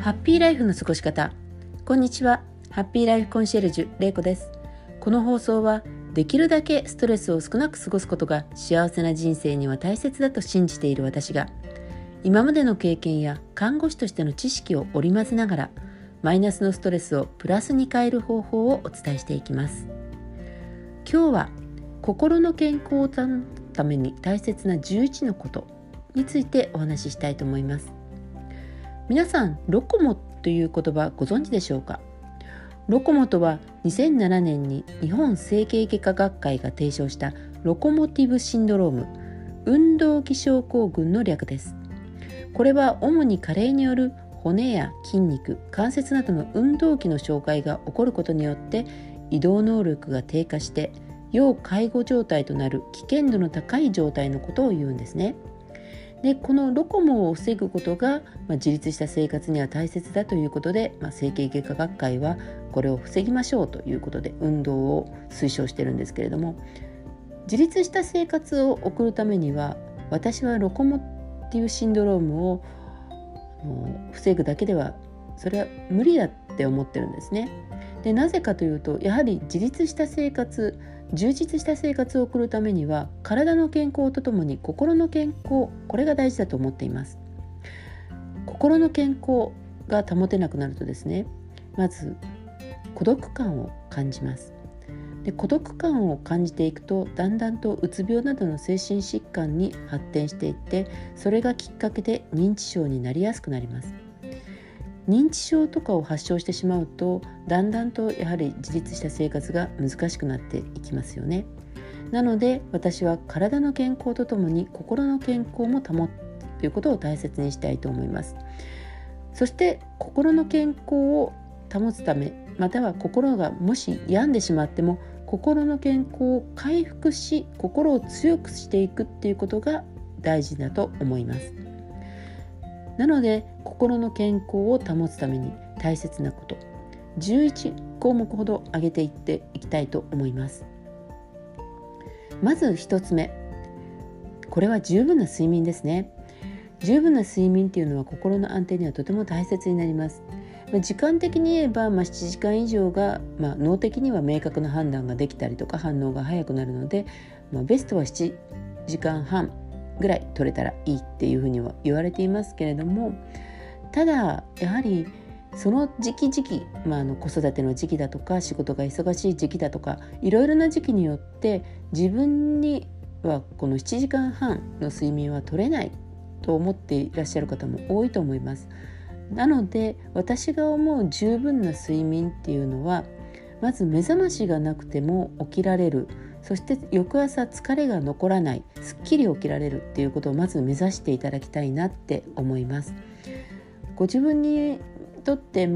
ハッピーライフの過ごし方。こんにちは。ハッピーライフコンシェルジュれいこです。この放送はできるだけストレスを少なく過ごすことが幸せな人生には大切だと信じている私が、今までの経験や看護師としての知識を織り交ぜながら、マイナスのストレスをプラスに変える方法をお伝えしていきます。今日は心の健康を保つために大切な11のことについてお話ししたいと思います。皆さん、ロコモという言葉ご存知でしょうか？ロコモとは2007年に日本整形外科学会が提唱したロコモティブシンドローム、運動器症候群の略です。これは主に加齢による骨や筋肉、関節などの運動器の障害が起こることによって移動能力が低下して要介護状態となる危険度の高い状態のことを言うんですね。で、このロコモを防ぐことが、自立した生活には大切だということで、整形外科学会はこれを防ぎましょうということで運動を推奨しているんですけれども、自立した生活を送るためには、私はロコモティブシンドロームを防ぐだけではそれは無理だって思ってるんですね。で、なぜかというと、やはり自立した生活、充実した生活を送るためには体の健康とともに心の健康、これが大事だと思っています。心の健康が保てなくなるとですね、まず孤独感を感じます。で、孤独感を感じていくと、だんだんとうつ病などの精神疾患に発展していって、それがきっかけで認知症になりやすくなります。認知症とかを発症してしまうと、だんだんとやはり自立した生活が難しくなっていきますよね。なので私は体の健康とともに心の健康も保つということを大切にしたいと思います。そして心の健康を保つため、または心がもし病んでしまっても心の健康を回復し、心を強くしていくっていうことが大事だと思います。なので心の健康を保つために大切なこと、11項目ほど挙げていっていきたいと思います。まず1つ目、これは十分な睡眠ですね。十分な睡眠っていうのは心の安定にはとても大切になります。時間的に言えば、7時間以上が、脳的には明確な判断ができたりとか反応が早くなるので、ベストは7時間半ぐらい取れたらいいっていうふうには言われていますけれども、ただやはりその時期、子育ての時期だとか仕事が忙しい時期だとか、いろいろな時期によって自分にはこの7時間半の睡眠は取れないと思っていらっしゃる方も多いと思います。なので私が思う十分な睡眠っていうのは、まず目覚ましがなくても起きられる、そして翌朝疲れが残らない、すっきり起きられるっていうことをまず目指していただきたいなって思います。ご自分にとって、世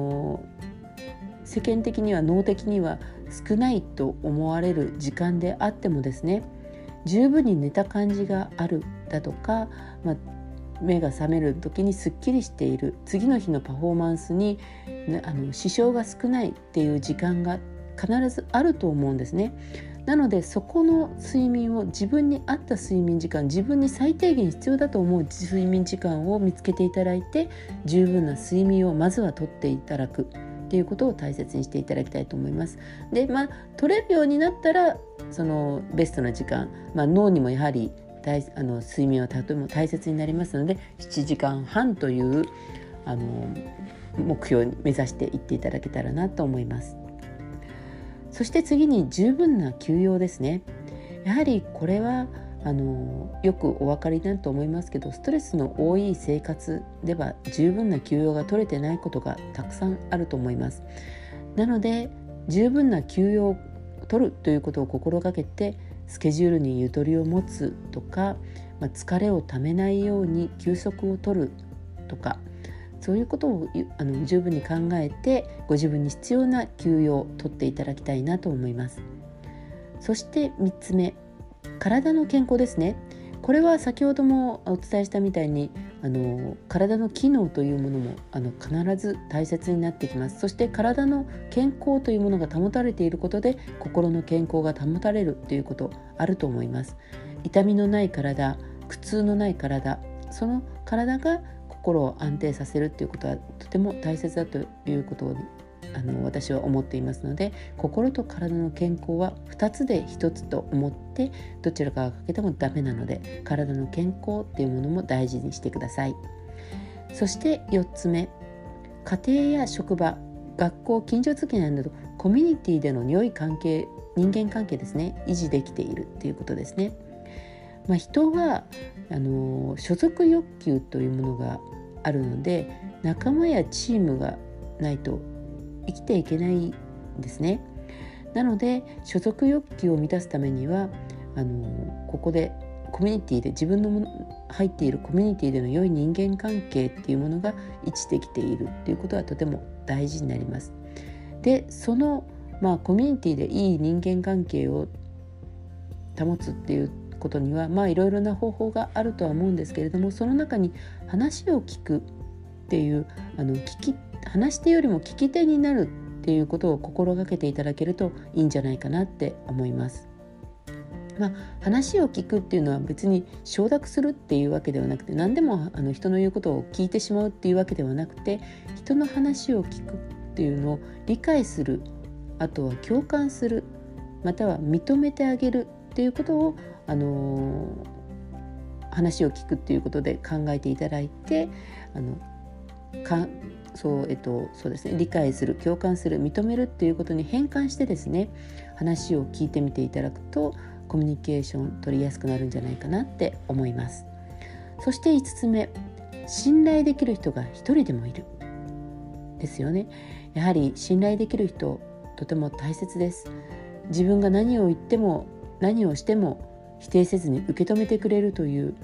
間的には脳的には少ないと思われる時間であってもですね、十分に寝た感じがあるだとか、目が覚める時にすっきりしている、次の日のパフォーマンスに支障が少ないっていう時間が必ずあると思うんですね。なのでそこの睡眠を、自分に合った睡眠時間、自分に最低限必要だと思う睡眠時間を見つけていただいて、十分な睡眠をまずはとっていただくっていうことを大切にしていただきたいと思います。で、取れるようになったらそのベストな時間、脳にもやはり睡眠はとても大切になりますので、7時間半という目標に目指していっていただけたらなと思います。そして次に十分な休養ですね。やはりこれはよくお分かりになると思いますけど、ストレスの多い生活では十分な休養が取れてないことがたくさんあると思います。なので十分な休養を取るということを心がけて、スケジュールにゆとりを持つとか、疲れをためないように休息を取るとか、そういうことを十分に考えて、ご自分に必要な休養を取っていただきたいなと思います。そして3つ目、体の健康ですね。これは先ほどもお伝えしたみたいに体の機能というものも必ず大切になってきます。そして体の健康というものが保たれていることで、心の健康が保たれるということあると思います。痛みのない体、苦痛のない体、その体が心を安定させるっていうことはとても大切だということを私は思っていますので、心と体の健康は2つで1つと思ってどちらかが欠けてもダメなので、体の健康っていうものも大事にしてください。そして4つ目、家庭や職場、学校、近所付き合いなどコミュニティでの良い関係、人間関係ですね、維持できているっていうことですね。人は所属欲求というものがあるので、仲間やチームがないと生きていけないんですね。なので所属欲求を満たすためにはここでコミュニティで自分の入っているコミュニティでの良い人間関係っていうものが維持できているっていうことはとても大事になります。でその、コミュニティでいい人間関係を保つっていうことにはいろいろな方法があるとは思うんですけれども、その中に話を聞くっていう話し手よりも聞き手になるっていうことを心がけていただけるといいんじゃないかなって思います。話を聞くっていうのは別に承諾するっていうわけではなくて、何でも人の言うことを聞いてしまうっていうわけではなくて、人の話を聞くっていうのを理解する、あとは共感する、または認めてあげるっていうことを話を聞くっていうことで考えていただいて、そうですね、理解する、共感する、認めるっていうことに変換してですね、話を聞いてみていただくとコミュニケーション取りやすくなるんじゃないかなって思います。そして5つ目、信頼できる人が一人でもいるですよね。やはり信頼できる人、とても大切です。自分が何を言っても何をしても否定せずに受け止めてくれるという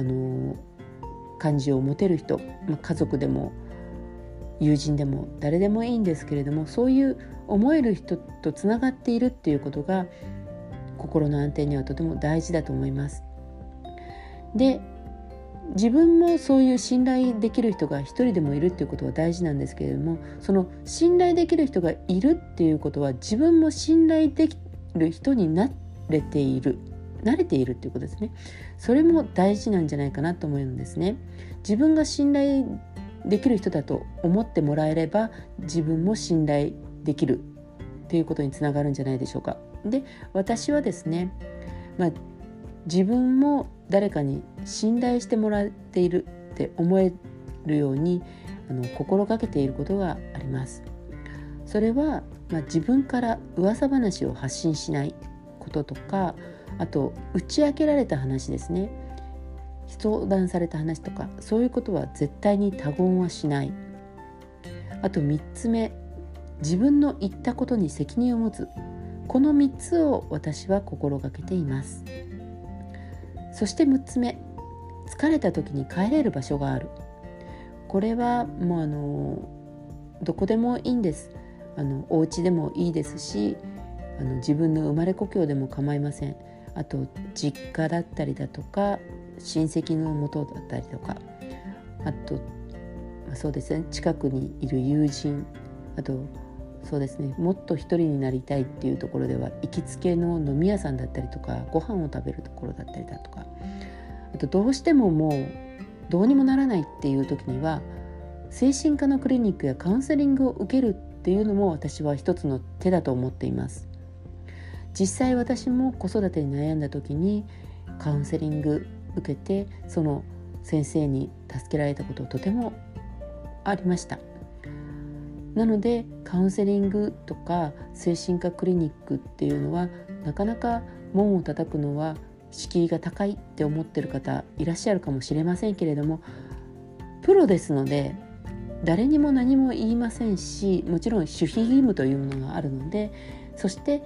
感じを持てる人、家族でも友人でも誰でもいいんですけれども、そういう思える人とつながっているっていうことが心の安定にはとても大事だと思います。で、自分もそういう信頼できる人が一人でもいるっていうことは大事なんですけれども、その信頼できる人がいるっていうことは自分も信頼できる人に慣れているっていうことですね。それも大事なんじゃないかなと思うんですね。自分が信頼できる人だと思ってもらえれば、自分も信頼できるっていうことにつながるんじゃないでしょうか。で、私はですね、自分も誰かに信頼してもらっているって思えるように心がけていることがあります。それは、自分から噂話を発信しないこととか、あと打ち明けられた話ですね、相談された話とか、そういうことは絶対に他言はしない。あと3つ目、自分の言ったことに責任を持つ。この3つを私は心がけています。そして6つ目、疲れた時に帰れる場所がある。これはもうどこでもいいんです。お家でもいいですし、自分の生まれ故郷でも構いません。あと実家だったりだとか、親戚の元だったりとか、あとそうですね、近くにいる友人、あとそうですね、もっと一人になりたいっていうところでは行きつけの飲み屋さんだったりとか、ご飯を食べるところだったりだとか、あとどうしてももうどうにもならないっていう時には精神科のクリニックやカウンセリングを受けるっていうのも私は一つの手だと思っています。実際私も子育てに悩んだ時にカウンセリング受けて、その先生に助けられたこととてもありました。なのでカウンセリングとか精神科クリニックっていうのはなかなか門を叩くのは敷居が高いって思ってる方いらっしゃるかもしれませんけれども、プロですので誰にも何も言いませんし、もちろん守秘義務というものがあるので、そして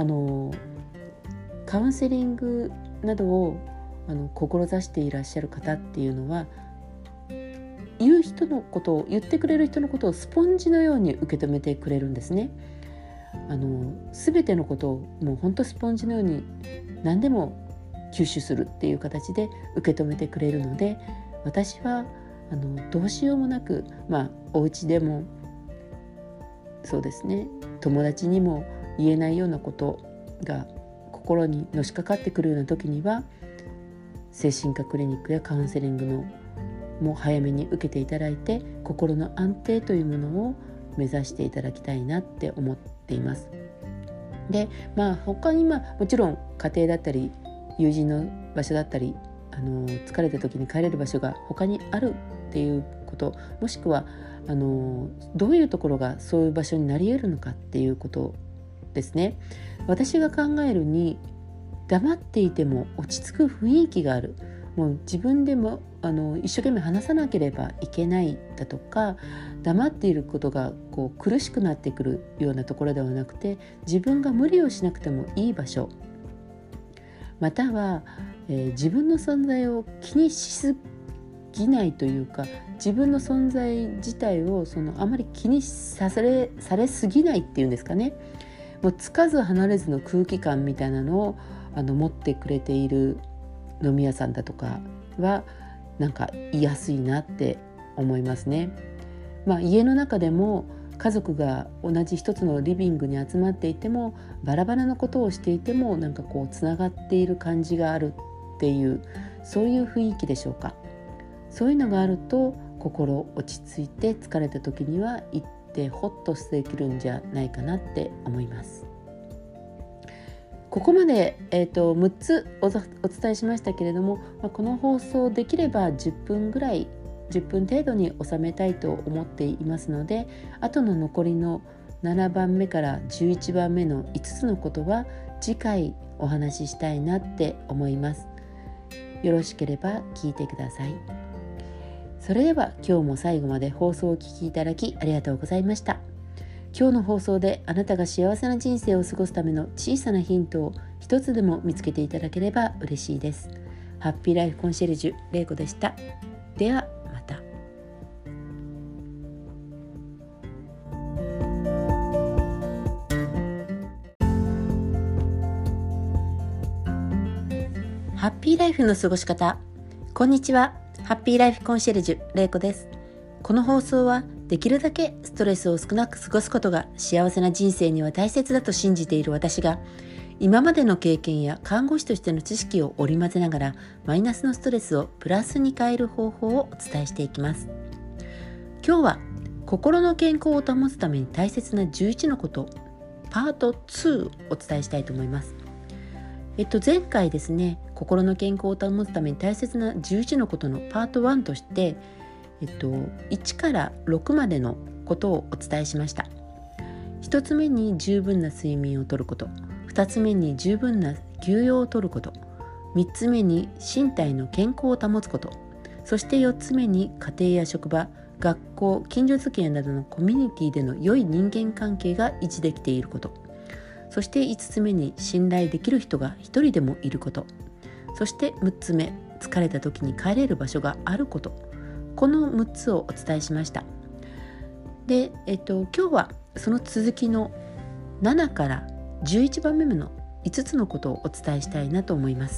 カウンセリングなどを志していらっしゃる方っていうのは、言ってくれる人のことをスポンジのように受け止めてくれるんですね。全てのことをもう本当スポンジのように何でも吸収するっていう形で受け止めてくれるので、私はどうしようもなく、お家でもそうですね、友達にも言えないようなことが心にのしかかってくるような時には、精神科クリニックやカウンセリングのも早めに受けていただいて、心の安定というものを目指していただきたいなって思っています。で、他にもちろん家庭だったり友人の場所だったり、疲れた時に帰れる場所が他にあるっていうこと、もしくはどういうところがそういう場所になり得るのかっていうことですね。私が考えるに、黙っていても落ち着く雰囲気がある、もう自分でも一生懸命話さなければいけないだとか、黙っていることが苦しくなってくるようなところではなくて、自分が無理をしなくてもいい場所、または、自分の存在を気にしすぎないというか、自分の存在自体をあまり気にされすぎないっていうんですかね。もうつかず離れずの空気感みたいなのを持ってくれている飲み屋さんだとかはなんか居やすいなって思いますね。家の中でも家族が同じ一つのリビングに集まっていても、バラバラなことをしていてもつながっている感じがあるっていう、そういう雰囲気でしょうか。そういうのがあると心落ち着いて、疲れた時には行ってホッとできるんじゃないかなって思います。ここまで、6つお伝えしましたけれども、この放送できれば10分程度に収めたいと思っていますので、あとの残りの7番目から11番目の5つのことは次回お話ししたいなって思います。よろしければ聞いてください。それでは今日も最後まで放送をお聞きいただきありがとうございました。今日の放送であなたが幸せな人生を過ごすための小さなヒントを一つでも見つけていただければ嬉しいです。ハッピーライフコンシェルジュれいこでした。ではまた。ハッピーライフの過ごし方。こんにちは。ハッピーライフコンシェルジュれいこです。この放送はできるだけストレスを少なく過ごすことが幸せな人生には大切だと信じている私が、今までの経験や看護師としての知識を織り交ぜながら、マイナスのストレスをプラスに変える方法をお伝えしていきます。今日は心の健康を保つために大切な11のこと、パート2をお伝えしたいと思います。前回ですね、心の健康を保つために大切な11のことのパート1として、1から6までのことをお伝えしました。1つ目に十分な睡眠をとること、2つ目に十分な休養をとること、3つ目に身体の健康を保つこと、そして4つ目に家庭や職場、学校、近所付き合いなどのコミュニティでの良い人間関係が維持できていること、そして5つ目に信頼できる人が1人でもいること、そして6つ目、疲れた時に帰れる場所があること、この6つをお伝えしました。で、今日はその続きの7から11番目の5つのことをお伝えしたいなと思います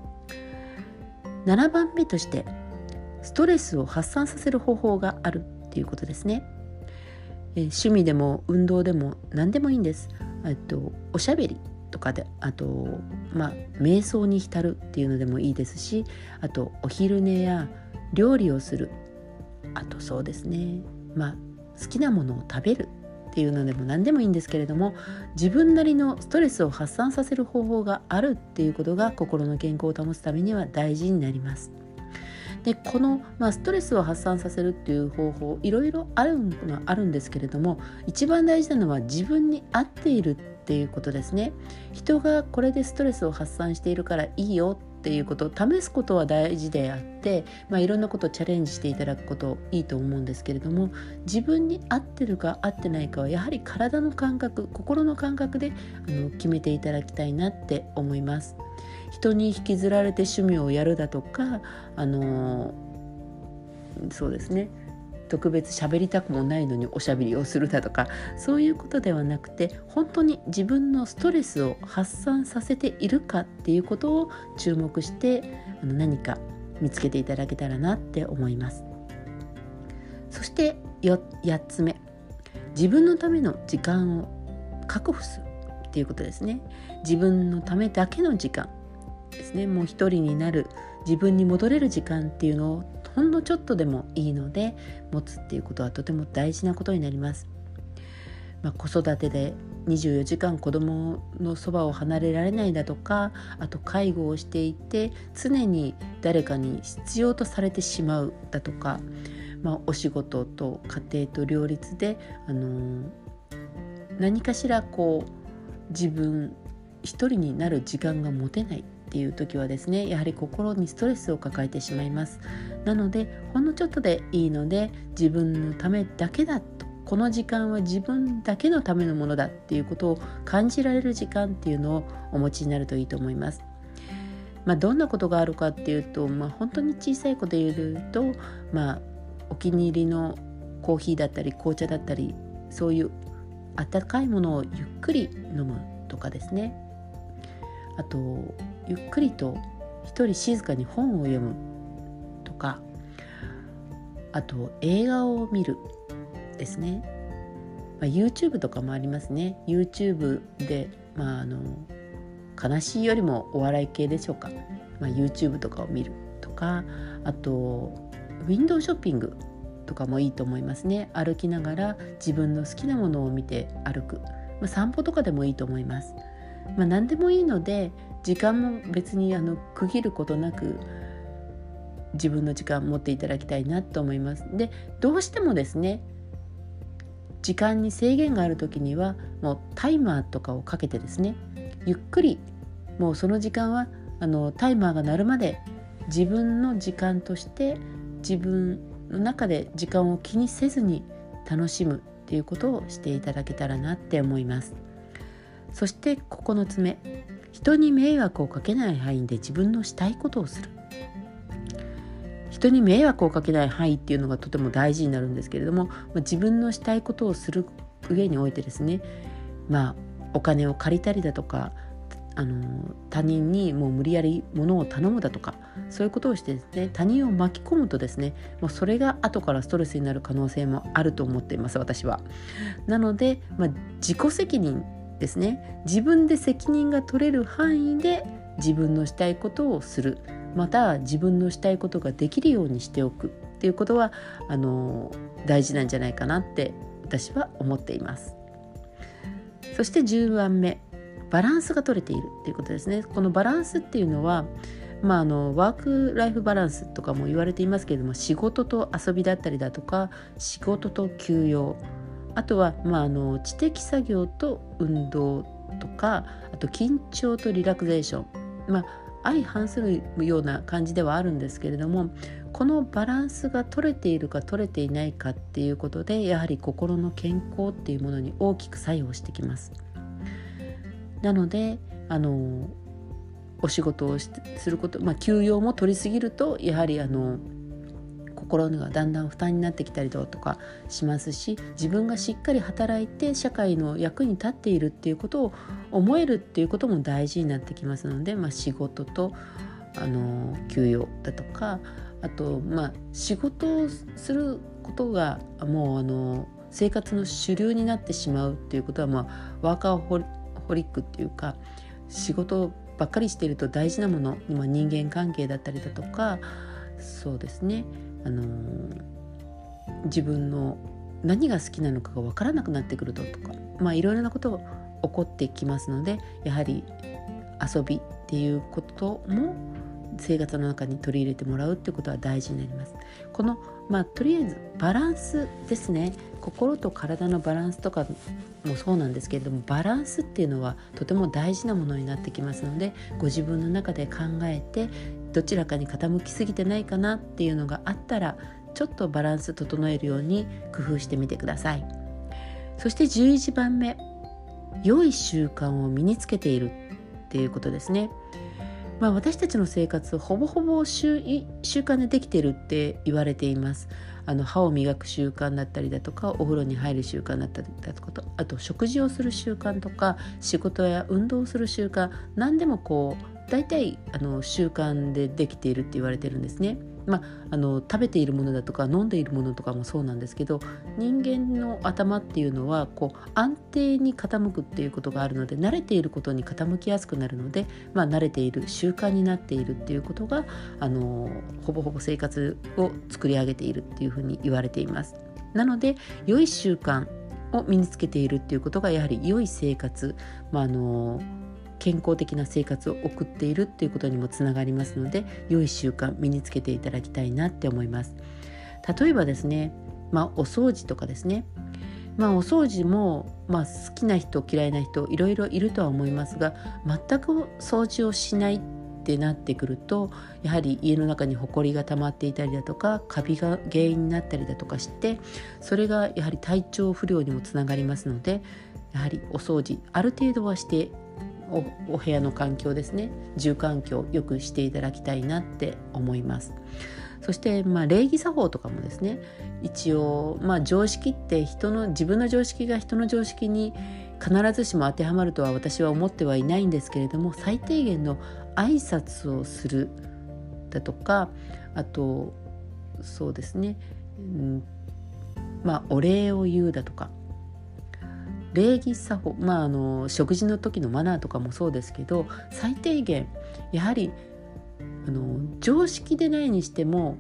。7番目として、ストレスを発散させる方法があるっていうことですね。趣味でも運動でも何でもいいんです。おしゃべりとかで、あと瞑想に浸るっていうのでもいいですし、あとお昼寝や料理をする、あとそうですね、好きなものを食べるっていうのでも何でもいいんですけれども、自分なりのストレスを発散させる方法があるっていうことが心の健康を保つためには大事になります。で、この、ストレスを発散させるっていう方法、いろいろあるのはあるんですけれども、一番大事なのは自分に合っているっていうことですね。人がこれでストレスを発散しているからいいよっていうことを試すことは大事であって、いろんなことをチャレンジしていただくこといいと思うんですけれども、自分に合ってるか合ってないかはやはり体の感覚、心の感覚で決めていただきたいなって思います。人に引きずられて趣味をやるだとか、そうですね、特別喋りたくもないのにおしゃべりをするだとか、そういうことではなくて、本当に自分のストレスを発散させているかっていうことを注目して何か見つけていただけたらなって思います。そして8つ目、自分のための時間を確保するっていうことですね。自分のためだけの時間ですね。もう一人になる、自分に戻れる時間っていうのをほんのちょっとでもいいので持つっていうことはとても大事なことになります。子育てで24時間子供のそばを離れられないだとか、あと介護をしていて常に誰かに必要とされてしまうだとか、お仕事と家庭と両立で、何かしら自分一人になる時間が持てないっていう時はですね、やはり心にストレスを抱えてしまいます。なのでほんのちょっとでいいので、自分のためだけだと、この時間は自分だけのためのものだっていうことを感じられる時間っていうのをお持ちになるといいと思います。どんなことがあるかっていうと、本当に小さい子で言うと、お気に入りのコーヒーだったり紅茶だったり、そういう温かいものをゆっくり飲むとかですね。あとゆっくりと一人静かに本を読むとか、あと映画を見るですね。YouTube とかもありますね。YouTube で、悲しいよりもお笑い系でしょうか。YouTube とかを見るとか、あとウィンドウショッピングとかもいいと思いますね。歩きながら自分の好きなものを見て歩く、散歩とかでもいいと思います。何でもいいので、時間も別に区切ることなく自分の時間持っていただきたいなと思います。で、どうしてもですね、時間に制限がある時にはもうタイマーとかをかけてですね、ゆっくりもうその時間はタイマーが鳴るまで自分の時間として自分の中で時間を気にせずに楽しむっていうことをしていただけたらなって思います。そして9つ目、人に迷惑をかけない範囲で自分のしたいことをする。人に迷惑をかけない範囲っていうのがとても大事になるんですけれども、自分のしたいことをする上においてですね、お金を借りたりだとか、他人にもう無理やり物を頼むだとか、そういうことをしてですね、他人を巻き込むとですね、もうそれが後からストレスになる可能性もあると思っています、私は。なので、自己責任ですね。自分で責任が取れる範囲で自分のしたいことをする、また自分のしたいことができるようにしておくっていうことは大事なんじゃないかなって私は思っています。そして10番目、バランスが取れているっていうことですね。このバランスっていうのは、ワークライフバランスとかも言われていますけれども、仕事と遊びだったりだとか、仕事と休養、あとは、知的作業と運動とか、あと緊張とリラクゼーション、相反するような感じではあるんですけれども、このバランスが取れているか取れていないかっていうことで、やはり心の健康っていうものに大きく作用してきます。なのでお仕事をすること、休養も取りすぎるとやはり心がだんだん負担になってきたりだとかしますし、自分がしっかり働いて社会の役に立っているっていうことを思えるっていうことも大事になってきますので、仕事と休養だとか、あと仕事をすることがもう生活の主流になってしまうっていうことは、ワーカーホリックっていうか、仕事ばっかりしていると大事なもの、人間関係だったりだとか、そうですね、自分の何が好きなのかが分からなくなってくるとか、いろいろなことが起こってきますので、やはり遊びっていうことも生活の中に取り入れてもらうっていうことは大事になります。この、とりあえずバランスですね。心と体のバランスとかもそうなんですけれども、バランスっていうのはとても大事なものになってきますので、ご自分の中で考えて、どちらかに傾きすぎてないかなっていうのがあったら、ちょっとバランス整えるように工夫してみてください。そして11番目、良い習慣を身につけているっていうことですね。私たちの生活ほぼほぼ習慣でできているって言われています。歯を磨く習慣だったりだとか、お風呂に入る習慣だったりだとか、あと食事をする習慣とか、仕事や運動をする習慣、何でも大体習慣でできているって言われてるんですね。 食べているものだとか飲んでいるものとかもそうなんですけど、人間の頭っていうのは安定に傾くっていうことがあるので、慣れていることに傾きやすくなるので、慣れている習慣になっているっていうことがほぼほぼ生活を作り上げているっていうふうに言われています。なので良い習慣を身につけているっていうことがやはり良い生活、健康的な生活を送っているっていうことにもつながりますので、良い習慣身につけていただきたいなって思います。例えばですね、お掃除とかですね、お掃除も、好きな人嫌いな人いろいろいるとは思いますが、全く掃除をしないってなってくると、やはり家の中にホコリが溜まっていたりだとか、カビが原因になったりだとかして、それがやはり体調不良にもつながりますので、やはりお掃除ある程度はしてお部屋の環境ですね、住環境を良くしていただきたいなって思います。そして礼儀作法とかもですね、一応常識って自分の常識が人の常識に必ずしも当てはまるとは私は思ってはいないんですけれども、最低限の挨拶をするだとか、あとそうですね、お礼を言うだとか、礼儀作法、食事の時のマナーとかもそうですけど、最低限やはり常識でないにしても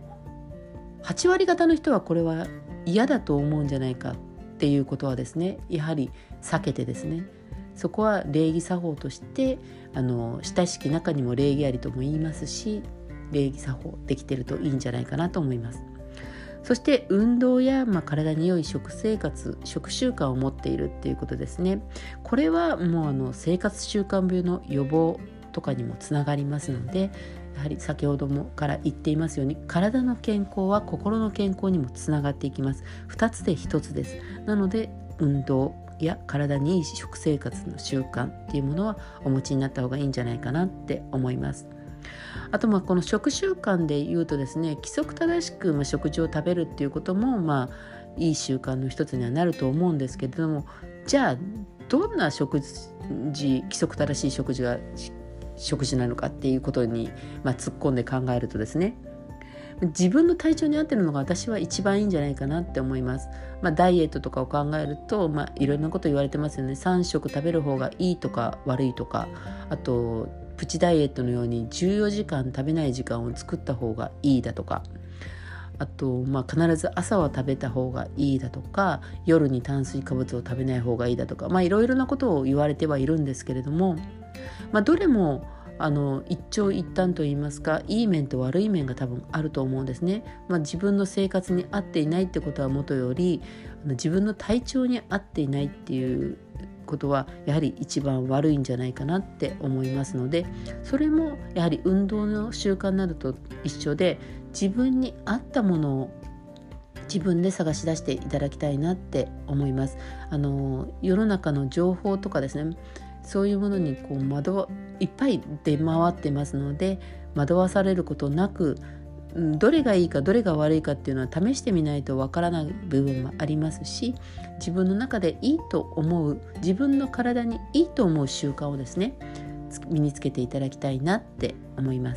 8割方の人はこれは嫌だと思うんじゃないかっていうことはですね、やはり避けてですね、そこは礼儀作法として親しき中にも礼儀ありとも言いますし、礼儀作法できてるといいんじゃないかなと思います。そして運動や、体に良い食生活、食習慣を持っているっていうことですね。これはもう生活習慣病の予防とかにもつながりますので、やはり先ほどもから言っていますように、体の健康は心の健康にもつながっていきます。2つで1つです。なので運動や体にいい食生活の習慣っていうものはお持ちになった方がいいんじゃないかなって思います。あとこの食習慣で言うとですね、規則正しく食事を食べるっていうこともいい習慣の一つにはなると思うんですけれども、じゃあどんな規則正しい食事なのかっていうことに、突っ込んで考えるとですね、自分の体調に合ってるのが私は一番いいんじゃないかなって思います。ダイエットとかを考えると、いろんなこと言われてますよね。3食食べる方がいいとか悪いとか、あとプチダイエットのように14時間食べない時間を作った方がいいだとか、あと必ず朝は食べた方がいいだとか、夜に炭水化物を食べない方がいいだとか、いろいろなことを言われてはいるんですけれども、どれも一長一短といいますか、いい面と悪い面が多分あると思うんですね。自分の生活に合っていないってことはもとより、自分の体調に合っていないっていうことはやはり一番悪いんじゃないかなって思いますので、それもやはり運動の習慣などと一緒で、自分に合ったものを自分で探し出していただきたいなって思います。世の中の情報とかですね、そういうものにいっぱい出回ってますので、惑わされることなく、どれがいいかどれが悪いかっていうのは試してみないとわからない部分もありますし、自分の中でいいと思う、自分の体にいいと思う習慣をですね、身につけていただきたいなって思います。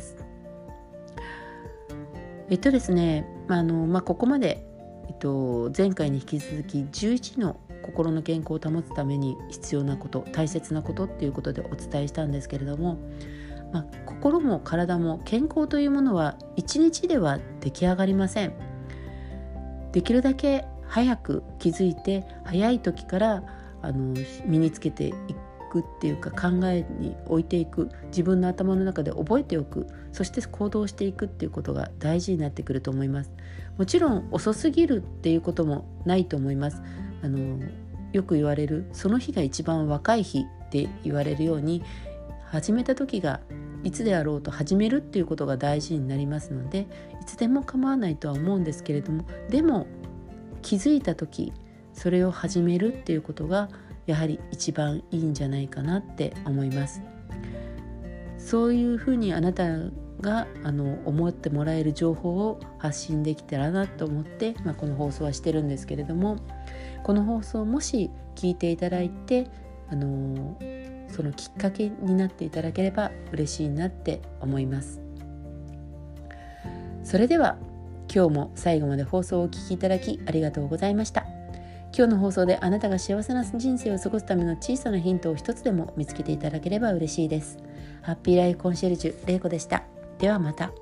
ですね、ここまで、前回に引き続き11の心の健康を保つために必要なこと、大切なことっていうことでお伝えしたんですけれども、心も体も健康というものは1日では出来上がりません。できるだけ早く気づいて、早い時から身につけていくっていうか、考えに置いていく、自分の頭の中で覚えておく、そして行動していくっていうことが大事になってくると思います。もちろん遅すぎるっていうこともないと思います。よく言われる、その日が一番若い日って言われるように、始めた時がいつであろうと始めるっていうことが大事になりますので、いつでも構わないとは思うんですけれども、でも気づいた時、それを始めるっていうことがやはり一番いいんじゃないかなって思います。そういうふうにあなたが思ってもらえる情報を発信できたらなと思って、この放送はしてるんですけれども、この放送もし聞いていただいて、そのきっかけになっていただければ嬉しいなって思います。 それでは今日も最後まで放送をお聞きいただきありがとうございました。今日の放送であなたが幸せな人生を過ごすための小さなヒントを一つでも見つけていただければ嬉しいです。ハッピーライフコンシェルジュれいこでした。ではまた。